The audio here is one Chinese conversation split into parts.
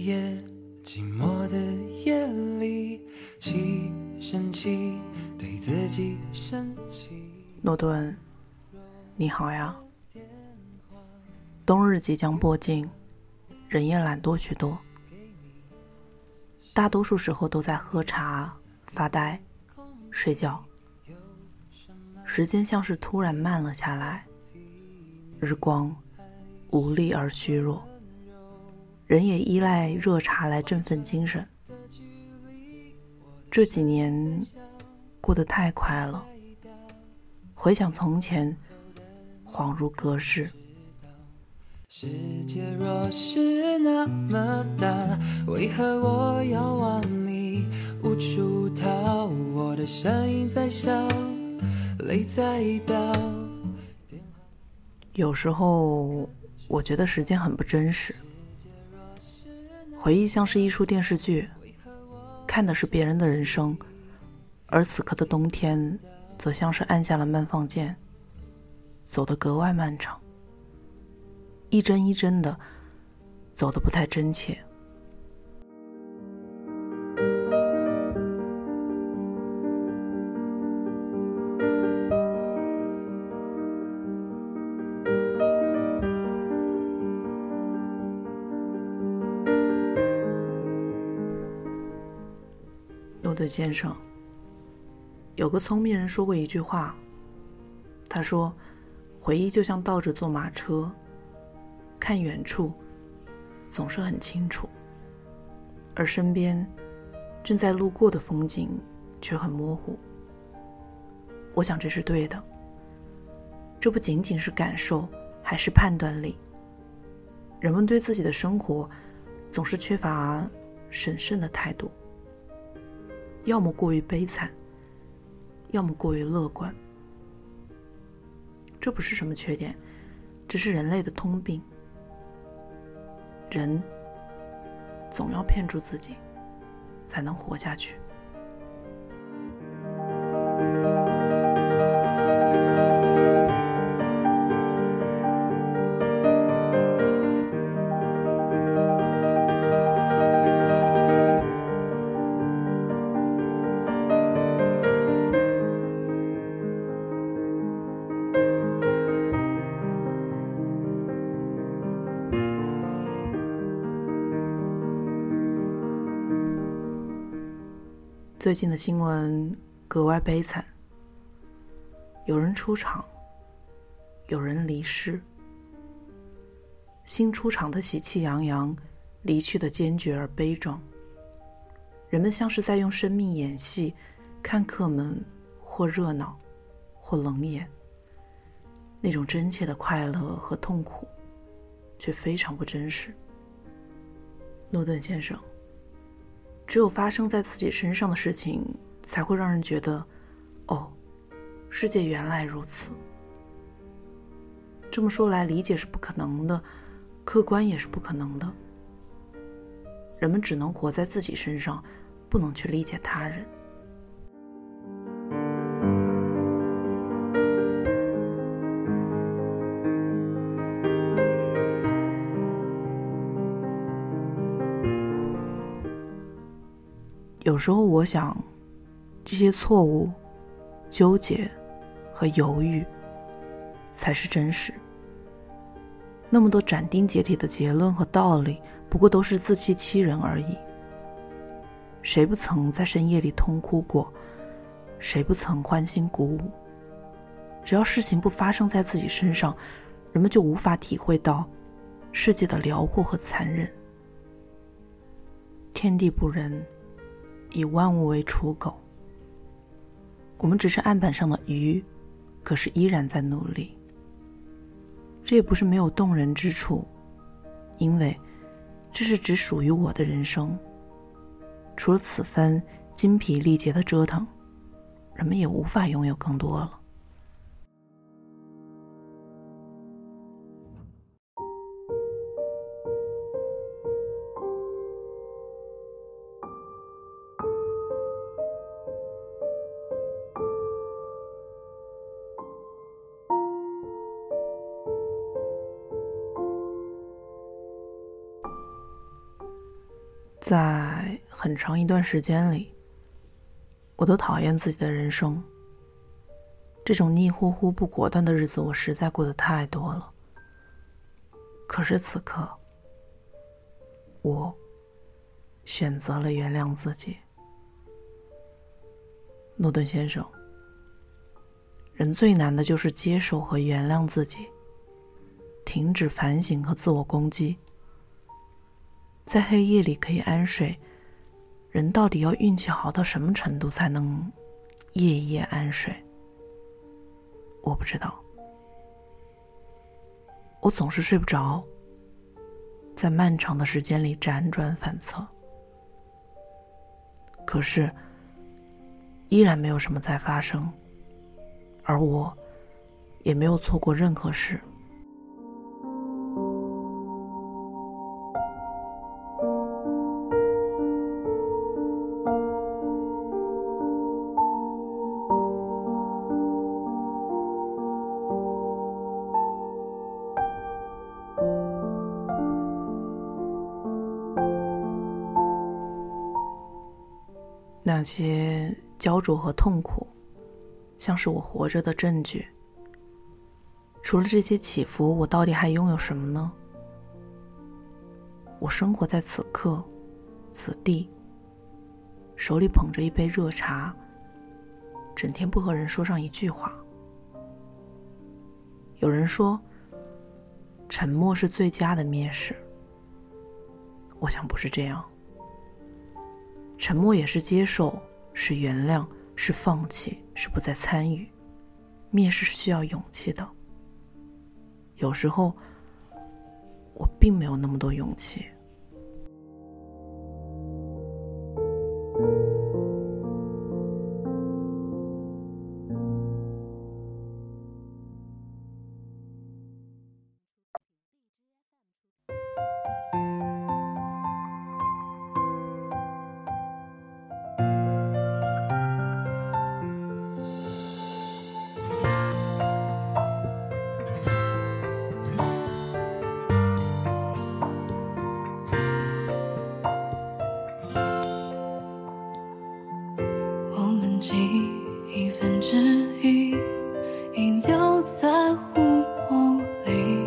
夜，寂寞的夜里，起生气，对自己生气。 诺顿，你好呀。冬日即将迫近，人也懒惰许多，大多数时候都在喝茶、发呆、睡觉。时间像是突然慢了下来，日光无力而虚弱，人也依赖热茶来振奋精神。这几年过得太快了，回想从前，恍如隔世。 世界若是那么大，为何我要往你无处逃？我的声音在笑，泪在飙。 有时候我觉得时间很不真实，回忆像是一出电视剧，看的是别人的人生，而此刻的冬天则像是按下了慢放键，走得格外漫长，一帧一帧的走得不太真切。诺顿先生，有个聪明人说过一句话，他说，回忆就像倒着坐马车，看远处总是很清楚，而身边正在路过的风景却很模糊。我想这是对的，这不仅仅是感受，还是判断力。人们对自己的生活总是缺乏审慎的态度，要么过于悲惨，要么过于乐观。这不是什么缺点，这是人类的通病。人总要骗住自己，才能活下去。最近的新闻格外悲惨，有人出场，有人离世。新出场的喜气洋洋，离去的坚决而悲壮。人们像是在用生命演戏，看客们或热闹，或冷眼。那种真切的快乐和痛苦，却非常不真实。诺顿先生，只有发生在自己身上的事情，才会让人觉得，哦，世界原来如此。这么说来，理解是不可能的，客观也是不可能的。人们只能活在自己身上，不能去理解他人。有时候我想，这些错误、纠结和犹豫才是真实。那么多斩钉截铁的结论和道理，不过都是自欺欺人而已。谁不曾在深夜里痛哭过？谁不曾欢欣鼓舞？只要事情不发生在自己身上，人们就无法体会到世界的辽阔和残忍。天地不仁，以万物为刍狗。我们只是案板上的鱼，可是依然在努力。这也不是没有动人之处，因为这是只属于我的人生。除了此番精疲力竭的折腾，人们也无法拥有更多了。 在很长一段时间里，我都讨厌自己的人生。这种腻乎乎不果断的日子，我实在过得太多了。可是此刻，我选择了原谅自己。诺顿先生，人最难的就是接受和原谅自己，停止反省和自我攻击。在黑夜里可以安睡，人到底要运气好到什么程度才能夜夜安睡？我不知道。我总是睡不着，在漫长的时间里辗转反侧，可是依然没有什么在发生，而我也没有错过任何事。那些焦灼和痛苦，像是我活着的证据。除了这些起伏，我到底还拥有什么呢？我生活在此刻、此地，手里捧着一杯热茶，整天不和人说上一句话。有人说，沉默是最佳的蔑视。我想不是这样。沉默也是接受，是原谅，是放弃，是不再参与。蔑视是需要勇气的。有时候，我并没有那么多勇气。 一分之一遗留在湖泊里，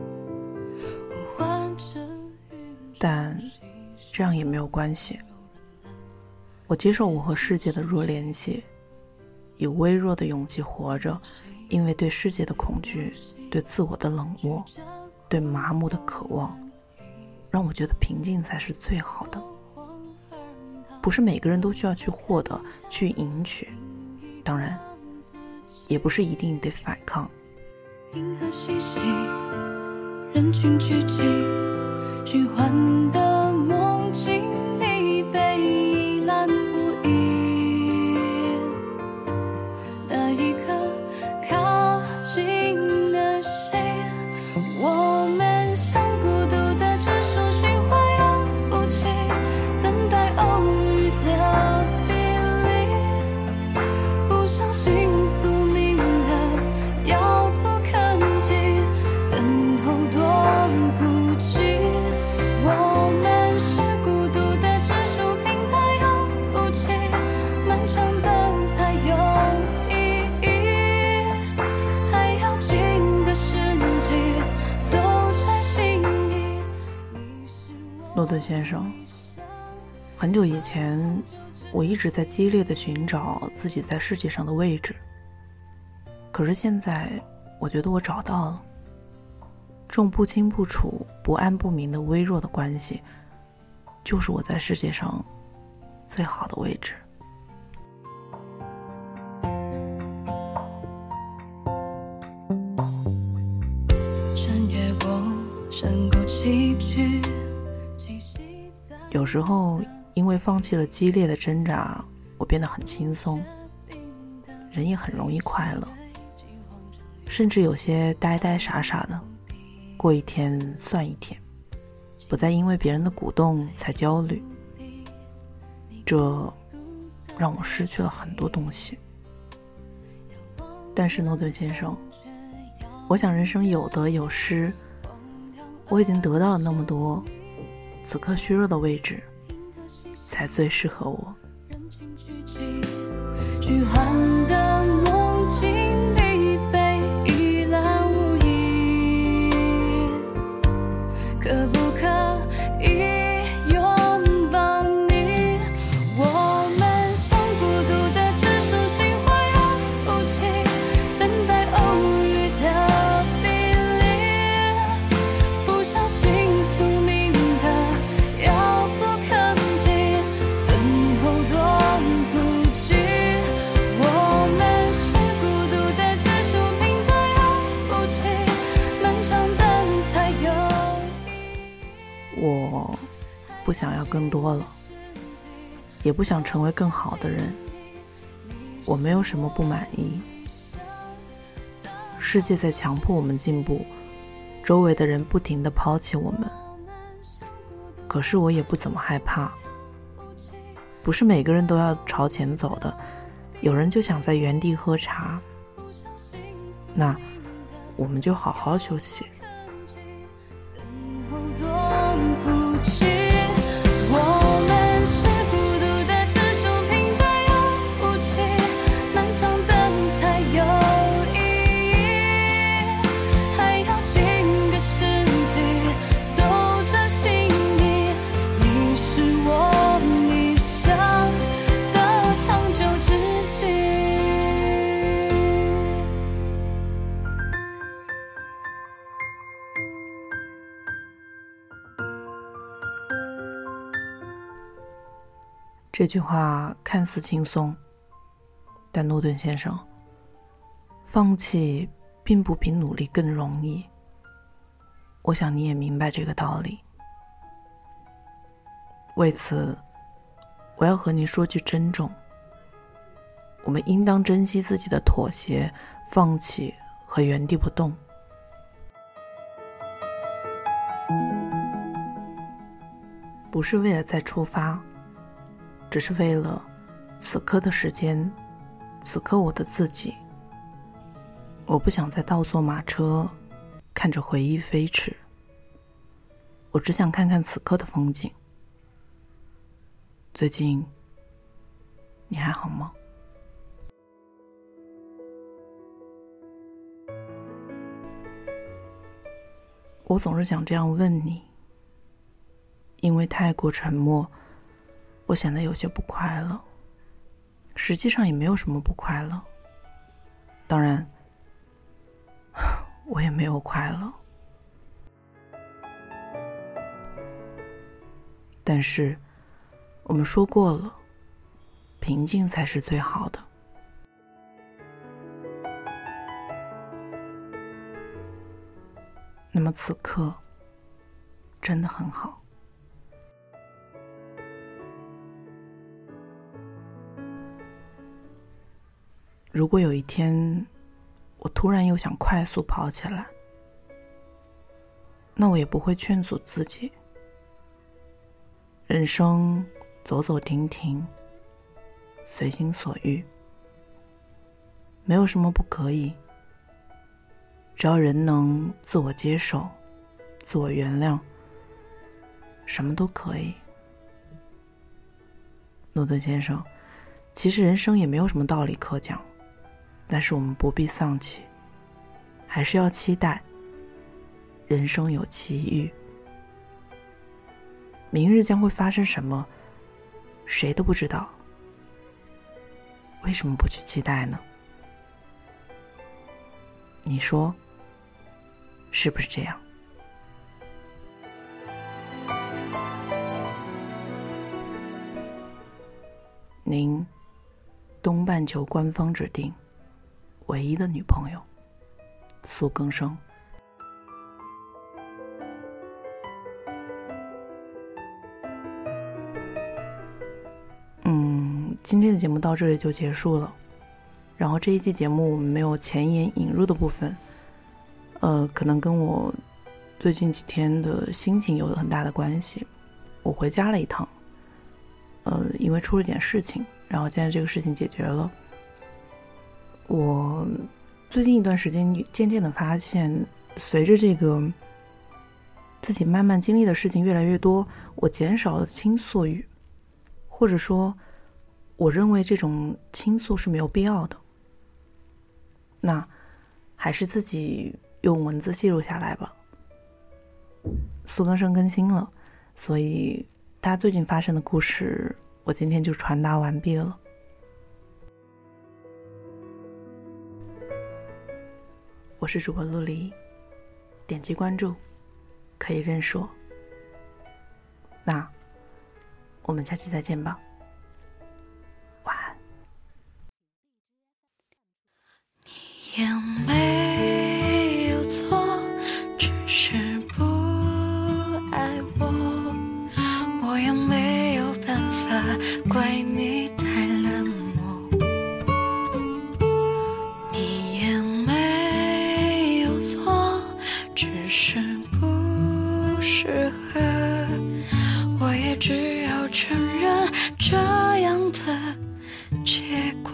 但这样也没有关系。我接受我和世界的弱联系，以微弱的勇气活着，因为对世界的恐惧，对自我的冷漠，对麻木的渴望，让我觉得平静才是最好的。不是每个人都需要去获得，去赢取，当然也不是一定得反抗。 银河嬉戏，人群聚集，虚幻的梦境里被依赖无遗。那一刻靠近的谁，我们像孤独的指数，循环又无期，等待偶遇的比例，不相信宿命的遥不可及，等候多孤寂。我们是孤独的指数，平淡又无期，漫长的才有意义，还要几个世纪都穿心意。 诺顿先生，很久以前，我一直在激烈地寻找自己在世界上的位置。可是现在，我觉得我找到了。这种不清不楚、不暗不明的微弱的关系，就是我在世界上最好的位置。 穿越过山谷崎岖， 有时候因为放弃了激烈的挣扎，我变得很轻松，人也很容易快乐，甚至有些呆呆傻傻的，过一天算一天，不再因为别人的鼓动才焦虑。这让我失去了很多东西。但是诺顿先生，我想人生有得有失，我已经得到了那么多，此刻虚弱的位置才最适合我。 虚幻的梦境里被一览无遗，可不可以拥抱你？我们像孤独的指数循环又无情，等待偶遇的比例，不相信宿命的遥不可及，等候多孤寂。我们是孤独的指数，平淡又无情，漫长等才有意义。 我不想要更多了，也不想成为更好的人。我没有什么不满意。世界在强迫我们进步，周围的人不停地抛弃我们。可是我也不怎么害怕。不是每个人都要朝前走的，有人就想在原地喝茶，那我们就好好休息。 我们是孤独的指数，平淡又无情，漫长等才有意义。还要几个世纪都专心你，你是我理想的长久之计。 这句话看似轻松，但诺顿先生，放弃并不比努力更容易。我想你也明白这个道理。为此，我要和你说句珍重。我们应当珍惜自己的妥协、放弃和原地不动。不是为了再出发，只是为了此刻的时间，此刻我的自己。我不想再倒坐马车，看着回忆飞驰。我只想看看此刻的风景。最近，你还好吗？我总是想这样问你，因为太过沉默，我显得有些不快乐。实际上也没有什么不快乐，当然我也没有快乐，但是我们说过了，平静才是最好的。那么此刻真的很好。如果有一天我突然又想快速跑起来，那我也不会劝阻自己。人生走走停停，随心所欲，没有什么不可以，只要人能自我接受，自我原谅，什么都可以。诺顿先生，其实人生也没有什么道理可讲，但是我们不必丧气，还是要期待人生有奇遇。明日将会发生什么，谁都不知道，为什么不去期待呢？你说是不是这样？您东半球官方指定唯一的女朋友苏更生。今天的节目到这里就结束了。然后这一期节目我们没有前言引入的部分，可能跟我最近几天的心情有很大的关系。我回家了一趟，因为出了点事情，然后现在这个事情解决了。我最近一段时间渐渐的发现，随着这个自己慢慢经历的事情越来越多，我减少了倾诉欲， 或者说我认为这种倾诉是没有必要的，那还是自己用文字记录下来吧。苏更生更新了，所以他最近发生的故事我今天就传达完毕了。我是主播陆离，点击关注可以认识我。那我们下期再见吧，晚安。 你也没有错，只是不爱我，我也没有办法怪你太冷漠。你也没有错，只是不适合，我也只要承认这样的结果。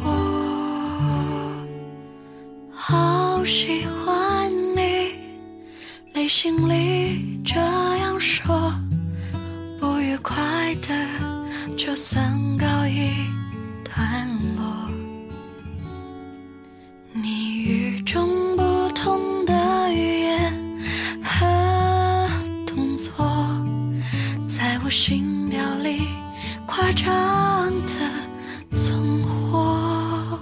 好喜欢你，内心里这样说，不愉快的就算告一段落。你与众不同的语言和动作，在我心跳里夸张的存活。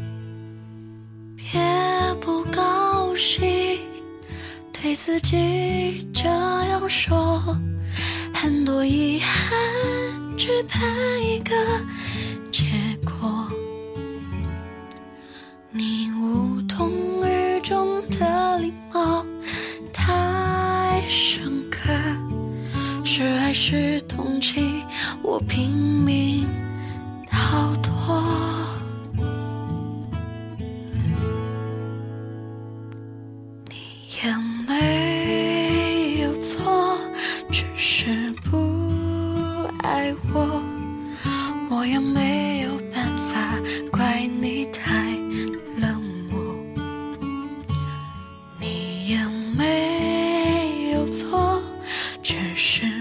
别不高兴，对自己这样说，很多遗憾只盼一个结果。你无动于衷的礼貌太深刻，是爱是同情，我拼命逃脱。也没有错，只是不爱我，我也没有办法怪你太冷漠。你也没有错，只是